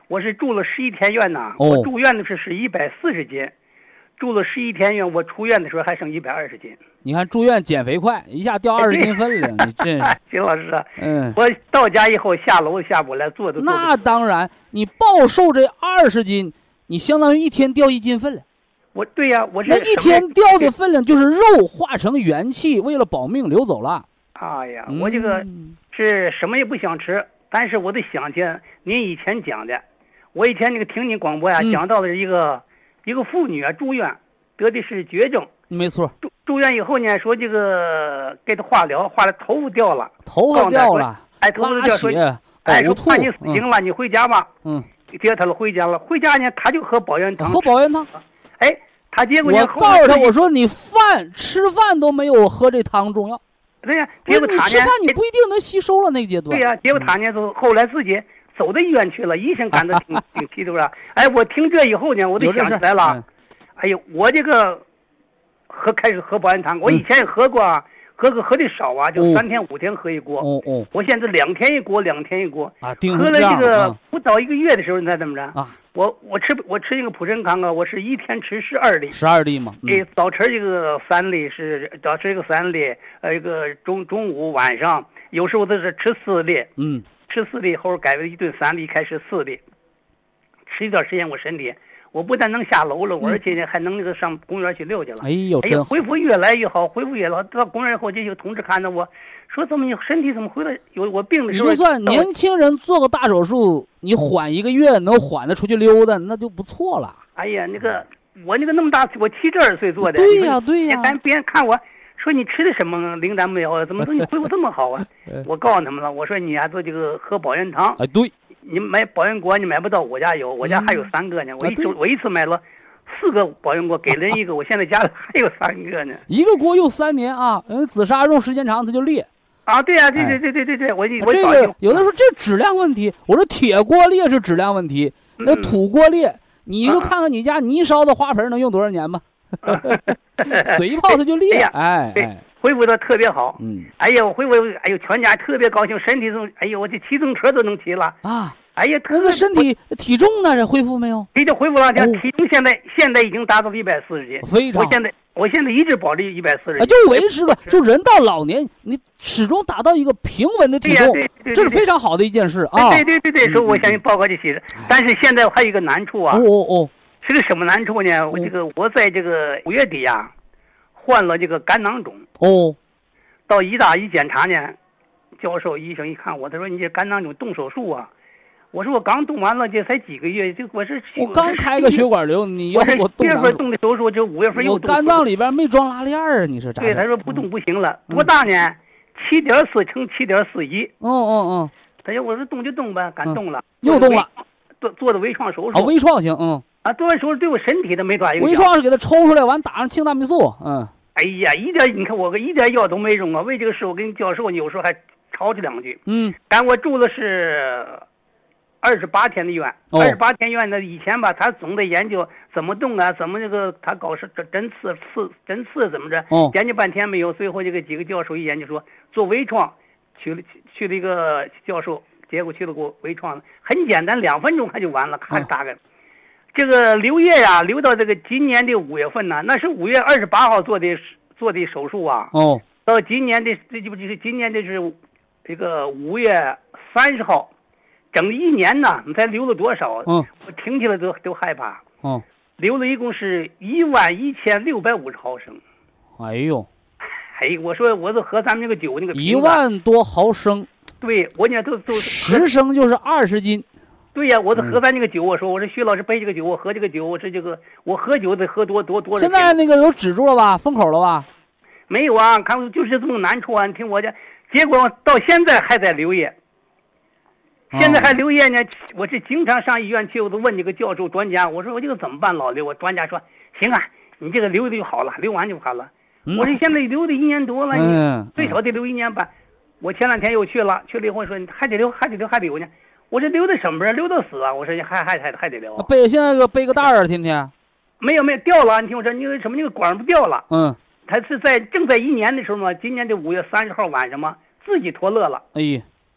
我是住了十一天院呐， 哦我住院的时候是一百四十斤，住了十一天院，我出院的时候还剩一百二十斤。 你看住院减肥快，一下掉二十斤分了，你真是。 邢老师啊， 嗯， 我到家以后下楼下不来，坐都坐不那当然，你暴瘦这二十斤，你相当于一天掉一斤分量。 我对呀、我是那一天掉的分量就是肉化成元气，为了保命流走了。 哎呀，我这个嗯是什么也不想吃，但是我得想起您以前讲的。我以前那个听您广播呀、 嗯讲到的是一个一个妇女啊住院得的是绝症， 没错， 住住院以后呢，说这个给她化疗，化了头发掉了， 头发掉了， 哎，头发拉掉说， 血， 哎，说呕吐怕你死嗯刑了，你回家吧。 嗯， 接他了，回家了，回家呢，他就喝保元汤， 喝保元汤。 哎，他结果呢， 我后告诉他， 来自己我说你饭吃饭都没有喝这汤重要。 对呀、 我说结果他呢你吃饭，你不一定能吸收了那个阶段。 对呀、结果他呢，就后来自己走到医院去了，医生感到挺挺气头上。哎，我听这以后呢，我就有这事想起来了， 嗯哎呦，我这个喝开始喝保元汤，我以前也喝过啊，喝个喝的少啊，就哦三天五天喝一锅。 哦哦我现在两天一锅，两天一锅。 啊，定喝成这样了这个了不到一个月的时候，你猜怎么着？ 啊， 我我吃我吃那个普参康啊，我是一天吃十二粒。 十二粒嘛。嗯哎，早晨这个三粒是早晨这个三粒，呃，一个中中午晚上有时候都是吃四粒， 嗯， 吃四粒后改为一顿三粒，开始四粒。吃一段时间，我身体我不但能下楼了，我而且呢还能那个上公园去溜去了。 哎呦， 哎呀， 真好。 恢复越来越好，恢复越好。到公园以后，就有同志看到我说：“怎么你身体怎么回来？有我病的时候。” 你就算年轻人做个大手术，你缓一个月能缓得出去溜达，那就不错了。 哎呀，那个我那个那么大，我七十二岁做的。 对呀对呀咱别人看我说你吃的什么灵丹妙药，怎么你恢复这么好啊？我告诉他们了，我说你还做这个喝保元汤， 哎，对， 你买保元锅你买不到，我家有，我家还有三个呢。我一周啊对我一次买了四个保元锅，给人一个，我现在家里还有三个呢。 一个锅用三年啊，人紫砂用时间长它就裂。 啊，对呀、对对对对对对，我我这早就个有的时候这质量问题，我说铁锅裂是质量问题，那嗯土锅裂，你就看看你家泥烧的花盆能用多少年吧，水一泡它就裂， 哎呀对哎哎， 恢复的特别好。 嗯哎呀，我恢复，哎呦，全家特别高兴，身体都，哎呦，我这骑自行车都能骑了。 啊， 哎呀，特那个身体体重呢？这恢复没有？ 体就恢复了，这哦体重现在现在已经达到了一百四十斤。 非常我现在我现在一直保持一百四十啊， 斤。 就维持个，就人到老年，你始终达到一个平稳的体重对呀对对对， 这是非常好的一件事啊。 对对对对对，所以我嗯向你报告这些。但是现在还有一个难处啊哦，哦哦， 是个什么难处呢？我这个我在这个五月底呀，患了这个肝囊肿， 哦， 到医大一检查呢，教授医生一看我，他说你这肝囊肿动手术啊。我说我刚动完了，这才几个月，这我是我刚开个血管瘤，你要我是我动啥四月份动的手术，就五月份又我动手术。 肝脏里边没装拉链儿啊，你是咋对， 整？ 他说不动不行了， 嗯多大呢？七点四乘七点四一。 嗯嗯嗯， 他说我说动就动呗，敢动了， 又动了， 做做的微创手术啊，微创型，嗯， 啊，做完手术对我身体都没多大影响。 微创是给它抽出来，完打上氢大霉素，嗯， 哎呀，一点你看我个一点药都没用啊！为这个事，我跟教授有时候还吵这两句。 嗯， 但我住的是二十八天的院， 哦二十八天院呢，以前吧，他总得研究怎么动啊，怎么这个他搞是针刺刺针刺怎么着， 哦研究半天没有，最后这个几个教授一研究说做微创，去了去去了一个教授，结果去了个微创，很简单，两分钟他就完了，咔大概。这个流液呀、流到这个今年的五月份呢，那是五月二十八号做的做的手术啊， 哦， 到今年的这就就是今年的是这个五月三十号，整一年呢，你才流了多少？ 嗯， 我听起来都都害怕。 哦， 流了一共是一万一千六百五十毫升。 哎呦， 哎，我说我都喝咱们那个酒那个瓶子一，万多毫升， 对我呢都都十升就是二十斤， 对呀，我都嗯喝咱这个酒。我说我说徐老师背这个酒，我喝这个酒，我这这个我喝酒得喝多多多少现钱？ 在那个都止住了吧，封口了吧？ 没有啊，看就是这种难处啊！你听我讲，结果到现在还在流液。现在还流液呢，我这经常上医院去，我都问这个教授专家，我说我这个怎么办老刘？我专家说行啊，你这个流的就好了，流完就好了。 嗯我说现在流的一年多了， 嗯你最少得流一年半。我前两天又去了，去了以后说还得流，还得流，还得流呢。我这流的什么人？流到死啊！我说还还还还得流啊。 背现在个背个带儿，天天， 没有没有掉了，你听我说，你什么那个管不掉了？ 嗯， 他是在正在一年的时候嘛，今年的五月三十号晚上嘛，自己脱落了。 哎呀，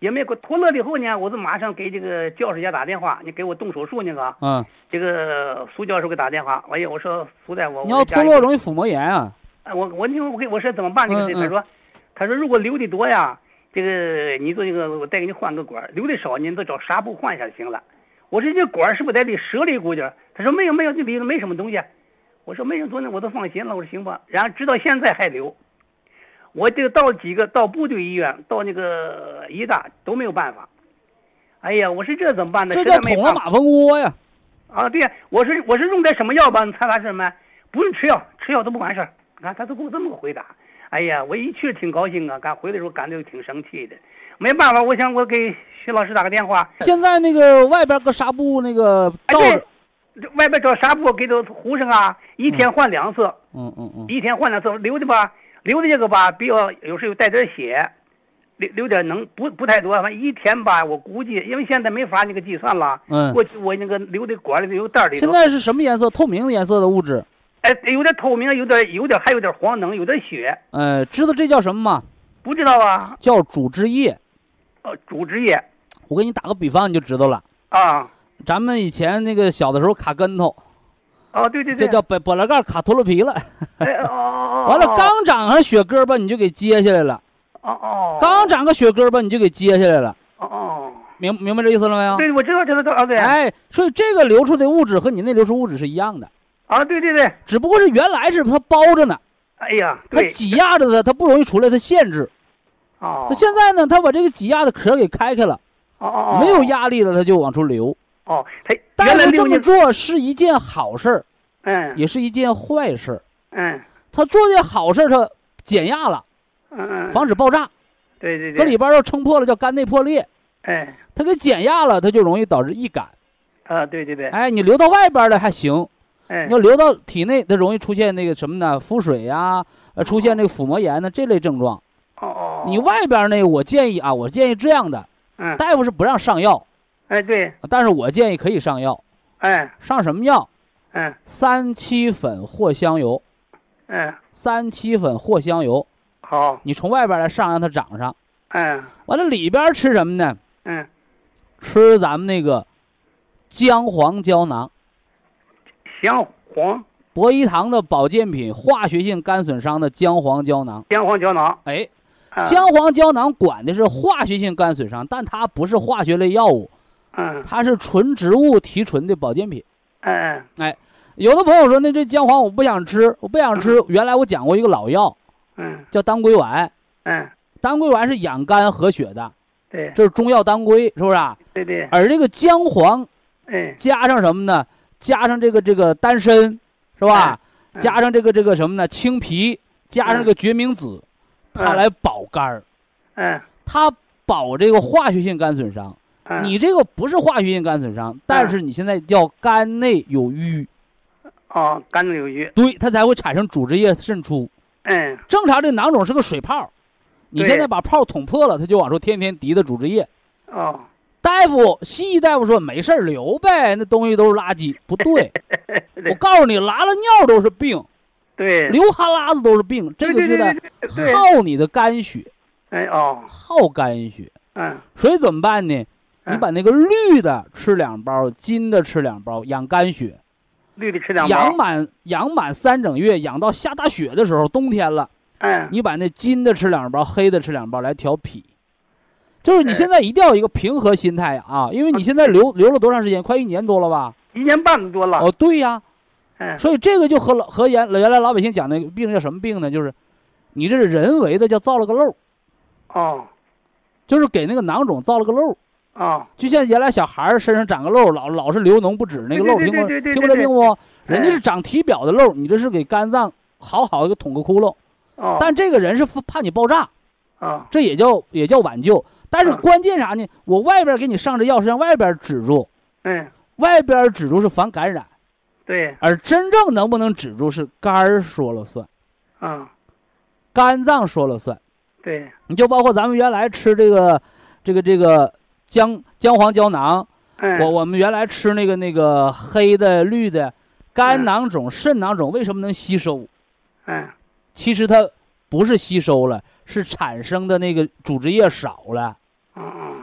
也没给脱了以后呢，我就马上给这个教师家打电话，你给我动手术那个， 嗯， 这个苏教授给打电话，哎呀，我说苏大夫， 你要脱落容易腹膜炎啊。 我我你我给我说怎么办这个事？ 嗯嗯他说，他说如果流的多呀，这个你做这个我再给你换个管，流的少你就找纱布换一下就行了。我说这管是不是在里折了一股劲儿？他说没有没有，这里头没什么东西。我说没什么东西，我都放心了。我说行吧。然后直到现在还流，我这个到几个到部队医院，到那个医大都没有办法。哎呀，我说这怎么办呢？ 这叫捅了马蜂窝呀！ 啊，对呀，我说我说用点什么药吧？你猜他什么？不用吃药，吃药都不完事儿。你看他都给我这么个回答。哎呀，我一去挺高兴啊，赶回的时候感觉挺生气的。没办法，我想我给徐老师打个电话。 现在那个外边搁纱布那个罩着， 哎、外边找纱布给他糊上啊，一天换两次。 嗯嗯嗯， 一天换两次，流的吧，流的这个吧，比较有时候带点血，流流点能不不太多，反正一天吧，我估计，因为现在没法那个计算了。 嗯， 过去我那个流的管里头有袋里头。 现在是什么颜色？透明的颜色的物质。 哎，有点透明，有点有点还有点黄能，有点血。 呃，知道这叫什么吗？ 不知道啊。 叫组织液。 哦，组织液。 我给你打个比方，你就知道了。 啊。 咱们以前那个小的时候卡跟头。 哦，对对对。 这叫把把拉盖卡脱了皮了。 哎哦哦。 完了，刚长上血疙瘩，你就给接下来了。 哦哦。 刚长个血疙瘩，你就给接下来了。 哦哦。 明明白这意思了没有？ 对，我知道知道知道。对。 哎，所以这个流出的物质和你那流出物质是一样的。 啊，对对对， 只不过是原来是它包着呢， 哎呀， 它挤压着它，它不容易出来，它限制。 哦。 它现在呢，它把这个挤压的壳给开开了， 哦哦， 没有压力了，它就往出流。 哦，它但是这么做是一件好事儿， 嗯， 也是一件坏事儿。 嗯， 他做件好事儿，他减压了， 嗯嗯， 防止爆炸。 对对对。 搁里边要撑破了，叫肝内破裂。 哎， 它给减压了，它就容易导致易感。 啊，对对对。 哎，你流到外边的还行。 哎， 要流到体内，它容易出现那个什么呢？腹水呀，呃，出现那个腹膜炎呢这类症状。 哦哦。 你外边那个，我建议啊，我建议这样的。 嗯。 大夫是不让上药。 哎，对。 但是我建议可以上药。 哎。 上什么药？ 嗯。 三七粉藿香油。 嗯。 三七粉藿香油。 好。 你从外边来上，让它长上。 嗯。 完了里边吃什么呢？ 嗯。 吃咱们那个姜黄胶囊。 姜黄， 博医堂的保健品，化学性肝损伤的姜黄胶囊。 姜黄胶囊， 哎， 啊、 姜黄胶囊管的是化学性肝损伤，但它不是化学类药物， 嗯， 它是纯植物提纯的保健品。 嗯， 哎，有的朋友说，那这姜黄我不想吃，我不想吃。嗯、原来我讲过一个老药， 嗯， 叫当归丸。 嗯， 当归丸是养肝和血的， 对， 这是中药当归，是不是啊？ 对对。 而这个姜黄， 哎， 加上什么呢？加上这个这个丹参，是吧？ 嗯、 加上这个这个什么呢？青皮，加上这个决明子，嗯、它来保肝儿。 嗯。 它保这个化学性肝损伤。 嗯、 你这个不是化学性肝损伤，嗯、但是你现在叫肝内有瘀。 哦，肝内有瘀。 对，它才会产生组织液渗出。 嗯。 正常这囊肿是个水泡，你现在把泡捅破了，它就往出天天滴的组织液。 哦。 大夫，西医大夫说没事流呗，那东西都是垃圾，不对。我告诉你，拉了尿都是病， 对， 流哈喇子都是病，这个就得耗你的肝血， 哎哦， 耗肝血。 嗯， 所以怎么办呢？你把那个绿的吃两包，金的吃两包，养肝血。 绿的吃两包， 养满养满三整月，养到下大雪的时候，冬天了， 嗯， 你把那金的吃两包，黑的吃两包来调脾。就是你现在一定要有一个平和心态啊，因为你现在留留了多长时间？快一年多了吧？ 一年半多了。 哦，对呀， 嗯， 所以这个就和老和原原来老百姓讲的病叫什么病呢？就是你这是人为的叫造了个漏。 哦， 就是给那个囊肿造了个漏。 哦， 就像原来小孩身上长个漏，老老是流脓不止那个漏，听过听过这病不？人家是长体表的漏，你这是给肝脏好好的捅个窟窿。 哦， 但这个人是怕你爆炸。 啊， 这也叫也叫挽救。但是关键啥呢？我外边给你上这药是让外边止住， 嗯， 外边止住是防感染， 对， 而真正能不能止住是肝儿说了算， 嗯， 肝脏说了算， 对， 你就包括咱们原来吃这个这个这个姜姜黄胶囊， 嗯， 我我们原来吃那个那个黑的绿的，肝囊肿、肾囊肿为什么能吸收？ 嗯， 其实它不是吸收了，是产生的那个组织液少了。 嗯，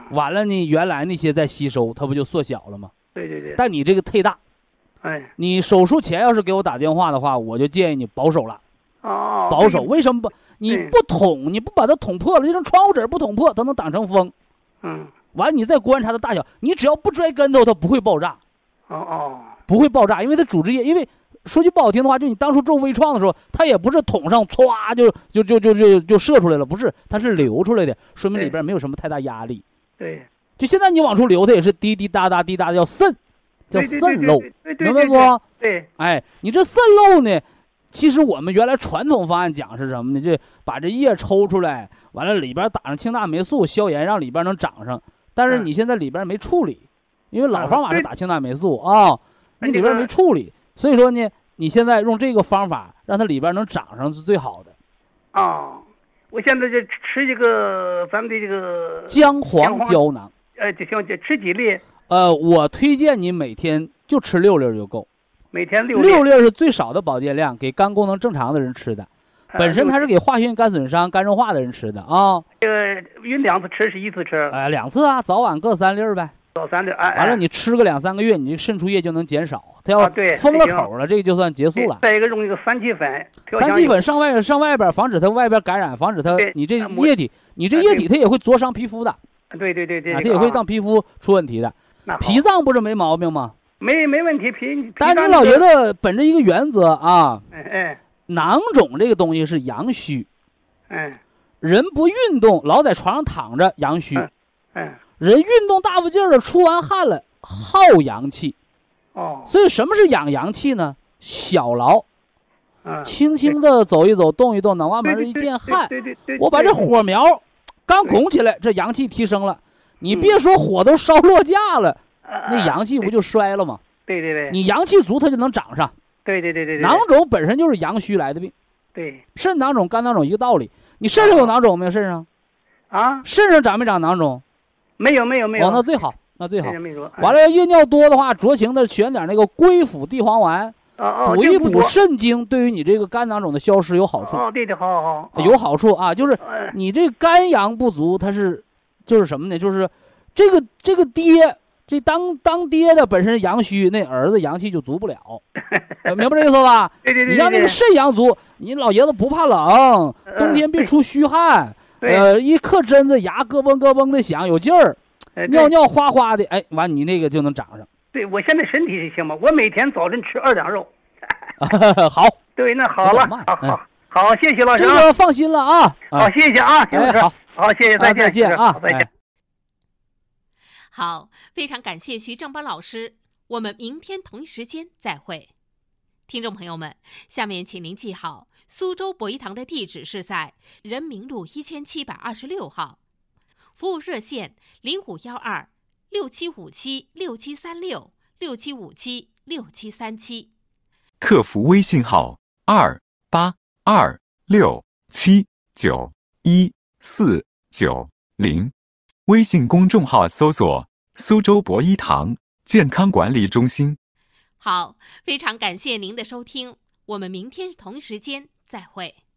完了呢，原来那些在吸收，它不就缩小了吗？ 对对对。 但你这个忒大， 哎， 你手术前要是给我打电话的话，我就建议你保守了。 哦。 保守，为什么不？你不捅，你不把它捅破了，就像窗户纸不捅破，它能挡成风。 嗯。 完了，你再观察它大小，你只要不摔跟头，它不会爆炸。 哦哦。 不会爆炸，因为它组织液，因为说句不好听的话，就你当初做微创的时候，它也不是捅上歘就就就就就就射出来了，不是，它是流出来的，说明里边没有什么太大压力。 对。 就现在你往出流，它也是滴滴答答滴答的，叫渗，叫渗漏，明白不？ 对。 哎，你这渗漏呢？其实我们原来传统方案讲是什么呢？这把这液抽出来，完了里边打上氢大霉素消炎，让里边能长上。但是你现在里边没处理，因为老方法是打氢大霉素啊，你里边没处理，所以说呢，你现在用这个方法让它里边能长上是最好的。 啊，我现在就吃这个咱们的这个姜黄胶囊， 呃，就像吃几粒？ 呃，我推荐你每天就吃六粒就够。 每天六粒， 六粒是最少的保健量，给肝功能正常的人吃的。本身它是给化学性肝损伤、肝硬化的人吃的啊。 呃，匀两次吃是一次吃？ 呃，两次啊，早晚各三粒呗。 早三粒，哎。 完了，你吃个两三个月，你这渗出液就能减少。它要封了口了，这个就算结束了。 再一个用一个三七粉， 三七粉上外上外边，防止它外边感染，防止它你这液体，你这液体它也会灼伤皮肤的。 对对对对。 啊，它也会让皮肤出问题的。脾脏不是没毛病吗？ 没没问题，脾。 但是你老爷子本着一个原则啊， 哎哎， 囊肿这个东西是阳虚， 哎， 人不运动，老在床上躺着阳虚， 哎， 人运动大不劲儿的，出完汗了耗阳气， 哦， 所以什么是养阳气呢？小劳， 嗯， 轻轻的走一走，动一动，脑瓜门一见汗， 对对对， 我把这火苗刚拱起来，这阳气提升了，你别说火都烧落架了。那阳气不就衰了吗？ 对对对， 你阳气足，它就能长上。 对对对对， 囊肿本身就是阳虚来的病。 对， 肾囊肿、肝囊肿一个道理。你肾上有囊肿没有？肾上啊？ 肾上长没长囊肿？ 没有没有没有。 哦，那最好，那最好。 没说。 完了，夜尿多的话，酌情的选点那个归附地黄丸，补一补肾精，对于你这个肝囊肿的消失有好处。 哦，对对，好好好， 有好处啊，就是你这肝阳不足，它是就是什么呢？就是这个这个爹。这当当爹的本身阳虚，那儿子阳气就足不了，明白这意思吧？ 对对对。 你让那个肾阳足，你老爷子不怕冷，冬天别出虚汗，呃，一刻针子牙咯嘣咯嘣的响，有劲儿，尿尿哗哗的，哎，完你那个就能长上。 对，我现在身体行吗？我每天早晨吃二两肉。 好。 对，那好了，好好好，谢谢老师。 这个放心了啊。 好，谢谢啊， 哎，好， 好，谢谢，再见， 再见啊， 再见。 好，非常感谢徐正邦老师，我们明天同一时间再会。听众朋友们，下面请您记好，苏州博医堂的地址是在人民路一千七百二十六号，服务热线零五幺二六七五七六七三六六七五七六七三七， 客服微信号二八二六七九一四九零。微信公众号搜索苏州博医堂健康管理中心。 好，非常感谢您的收听，我们明天同一时间再会。